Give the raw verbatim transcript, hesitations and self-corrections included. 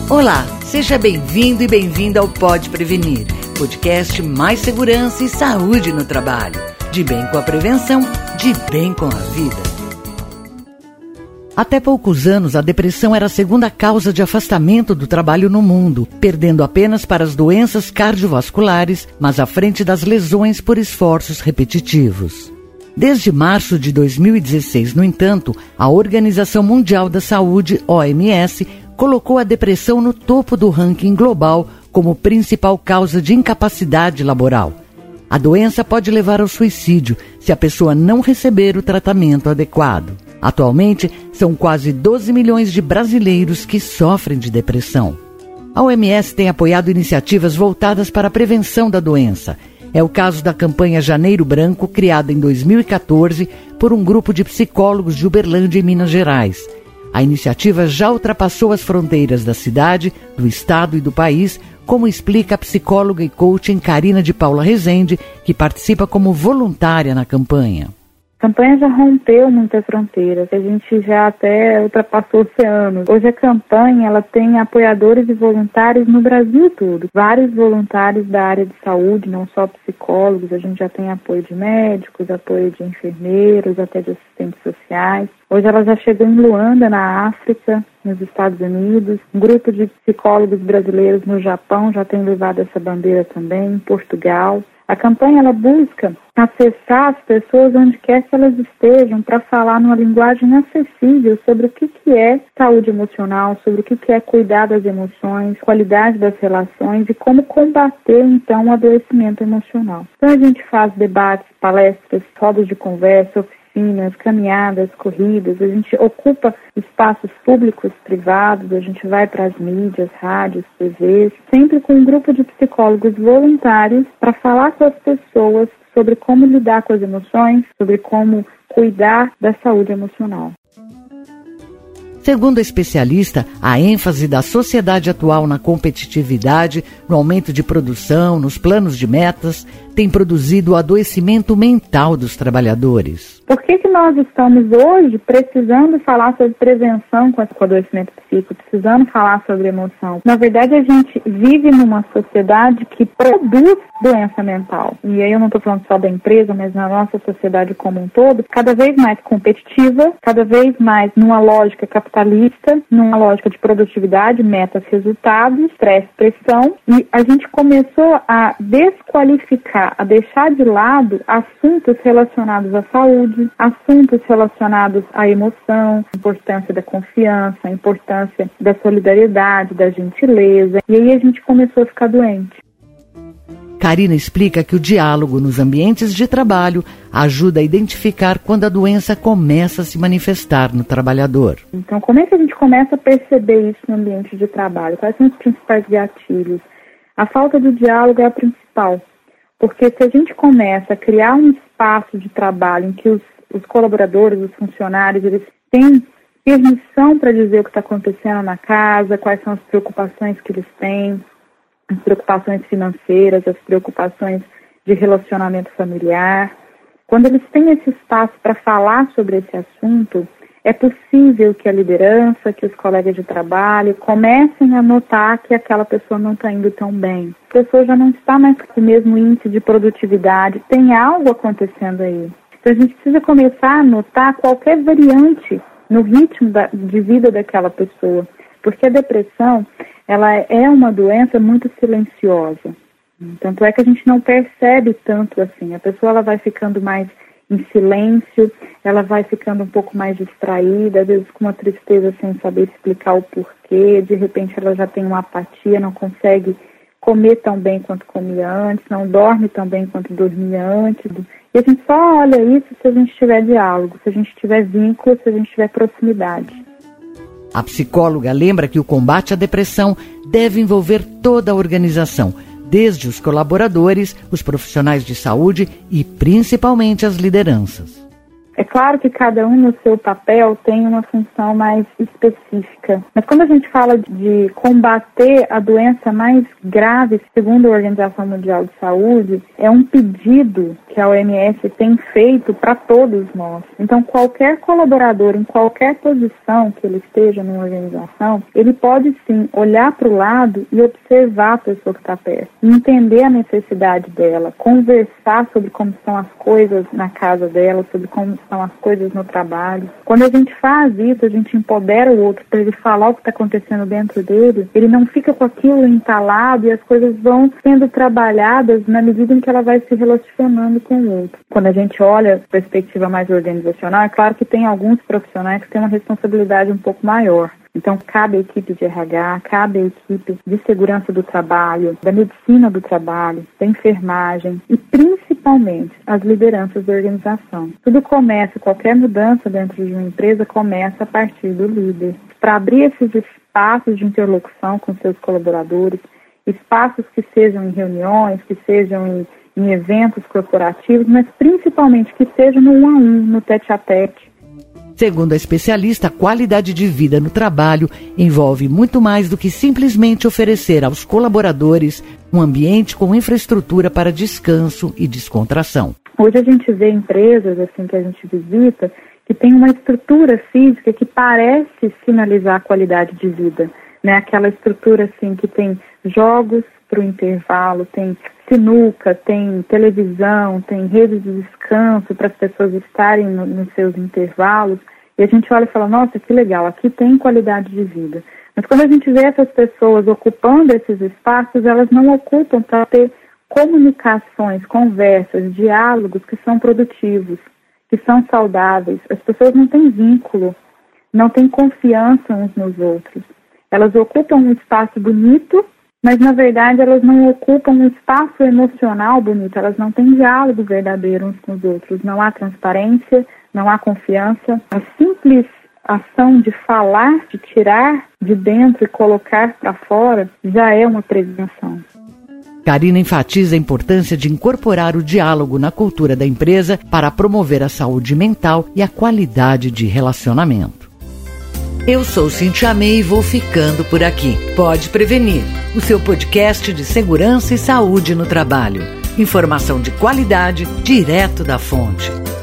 Olá, seja bem-vindo e bem-vinda ao Pode Prevenir, podcast mais segurança e saúde no trabalho. De bem com a prevenção, de bem com a vida. Até poucos anos, a depressão era a segunda causa de afastamento do trabalho no mundo, perdendo apenas para as doenças cardiovasculares, mas à frente das lesões por esforços repetitivos. Desde março de dois mil e dezesseis, no entanto, a Organização Mundial da Saúde, O M S, colocou a depressão no topo do ranking global como principal causa de incapacidade laboral. A doença pode levar ao suicídio se a pessoa não receber o tratamento adequado. Atualmente, são quase doze milhões de brasileiros que sofrem de depressão. A O M S tem apoiado iniciativas voltadas para a prevenção da doença. É o caso da campanha Janeiro Branco, criada em dois mil e catorze por um grupo de psicólogos de Uberlândia, em Minas Gerais. A iniciativa já ultrapassou as fronteiras da cidade, do estado e do país, como explica a psicóloga e coaching Karina de Paula Rezende, que participa como voluntária na campanha. A campanha já rompeu muitas fronteiras, a gente já até ultrapassou oceanos. Hoje a campanha ela tem apoiadores e voluntários no Brasil todo. Vários voluntários da área de saúde, não só psicólogos, a gente já tem apoio de médicos, apoio de enfermeiros, até de assistentes sociais. Hoje ela já chegou em Luanda, na África, nos Estados Unidos. Um grupo de psicólogos brasileiros no Japão já tem levado essa bandeira também, em Portugal. A campanha ela busca acessar as pessoas onde quer que elas estejam para falar numa linguagem acessível sobre o que, que é saúde emocional, sobre o que, que é cuidar das emoções, qualidade das relações e como combater, então, o adoecimento emocional. Então, a gente faz debates, palestras, rodas de conversa, oficinas, caminhadas, corridas, a gente ocupa espaços públicos, privados, a gente vai para as mídias, rádios, T Vs, sempre com um grupo de psicólogos voluntários para falar com as pessoas sobre como lidar com as emoções, sobre como cuidar da saúde emocional. Segundo a especialista, a ênfase da sociedade atual na competitividade, no aumento de produção, nos planos de metas, tem produzido o adoecimento mental dos trabalhadores. Por que que nós estamos hoje precisando falar sobre prevenção com o adoecimento psíquico, precisando falar sobre emoção? Na verdade, a gente vive numa sociedade que produz doença mental. E aí eu não estou falando só da empresa, mas na nossa sociedade como um todo, cada vez mais competitiva, cada vez mais numa lógica capitalista, numa lógica de produtividade, metas, resultados, estresse, pressão. E a gente começou a desqualificar, a deixar de lado assuntos relacionados à saúde, assuntos relacionados à emoção, a importância da confiança, a importância da solidariedade, da gentileza. E aí a gente começou a ficar doente. Karina explica que o diálogo nos ambientes de trabalho ajuda a identificar quando a doença começa a se manifestar no trabalhador. Então, como é que a gente começa a perceber isso no ambiente de trabalho? Quais são os principais gatilhos? A falta do diálogo é a principal, porque se a gente começa a criar um espaço de trabalho em que os, os colaboradores, os funcionários, eles têm permissão para dizer o que está acontecendo na casa, quais são as preocupações que eles têm, as preocupações financeiras, as preocupações de relacionamento familiar. Quando eles têm esse espaço para falar sobre esse assunto, é possível que a liderança, que os colegas de trabalho comecem a notar que aquela pessoa não está indo tão bem. A pessoa já não está mais com o mesmo índice de produtividade, tem algo acontecendo aí. Então a gente precisa começar a notar qualquer variante no ritmo da, de vida daquela pessoa, porque a depressão ela é uma doença muito silenciosa. Tanto é que a gente não percebe tanto assim. A pessoa ela vai ficando mais em silêncio, ela vai ficando um pouco mais distraída, às vezes com uma tristeza sem saber explicar o porquê. De repente ela já tem uma apatia, não consegue comer tão bem quanto comia antes, não dorme tão bem quanto dormia antes. E a gente só olha isso se a gente tiver diálogo, se a gente tiver vínculo, se a gente tiver proximidade. A psicóloga lembra que o combate à depressão deve envolver toda a organização, desde os colaboradores, os profissionais de saúde e principalmente as lideranças. É claro que cada um no seu papel tem uma função mais específica, mas quando a gente fala de combater a doença mais grave, segundo a Organização Mundial de Saúde, é um pedido que a O M S tem feito para todos nós. Então, qualquer colaborador, em qualquer posição que ele esteja numa organização, ele pode sim olhar para o lado e observar a pessoa que está perto, entender a necessidade dela, conversar sobre como são as coisas na casa dela, sobre como são as coisas no trabalho. Quando a gente faz isso, a gente empodera o outro para ele falar o que está acontecendo dentro dele, ele não fica com aquilo entalado e as coisas vão sendo trabalhadas na medida em que ela vai se relacionando com o outro. Quando a gente olha a perspectiva mais organizacional, é claro que tem alguns profissionais que têm uma responsabilidade um pouco maior. Então, cabe à equipe de R H, cabe à equipe de segurança do trabalho, da medicina do trabalho, da enfermagem e, principalmente, as lideranças da organização. Tudo começa, qualquer mudança dentro de uma empresa começa a partir do líder. Para abrir esses espaços de interlocução com seus colaboradores, espaços que sejam em reuniões, que sejam em, em eventos corporativos, mas principalmente que sejam no um a um, no tete-a-tete. Segundo a especialista, a qualidade de vida no trabalho envolve muito mais do que simplesmente oferecer aos colaboradores um ambiente com infraestrutura para descanso e descontração. Hoje a gente vê empresas assim que a gente visita que tem uma estrutura física que parece sinalizar a qualidade de vida, né? Aquela estrutura assim que tem jogos para o intervalo, tem sinuca, tem televisão, tem rede de descanso para as pessoas estarem no, nos seus intervalos, e a gente olha e fala, nossa, que legal, aqui tem qualidade de vida. Mas quando a gente vê essas pessoas ocupando esses espaços, elas não ocupam para ter comunicações, conversas, diálogos que são produtivos, que são saudáveis. As pessoas não têm vínculo, não têm confiança uns nos outros. Elas ocupam um espaço bonito, mas, na verdade, elas não ocupam um espaço emocional bonito, elas não têm diálogo verdadeiro uns com os outros, não há transparência, não há confiança. A simples ação de falar, de tirar de dentro e colocar para fora, já é uma prevenção. Karina enfatiza a importância de incorporar o diálogo na cultura da empresa para promover a saúde mental e a qualidade de relacionamento. Eu sou Cintia May e vou ficando por aqui. Pode Prevenir, o seu podcast de segurança e saúde no trabalho. Informação de qualidade direto da fonte.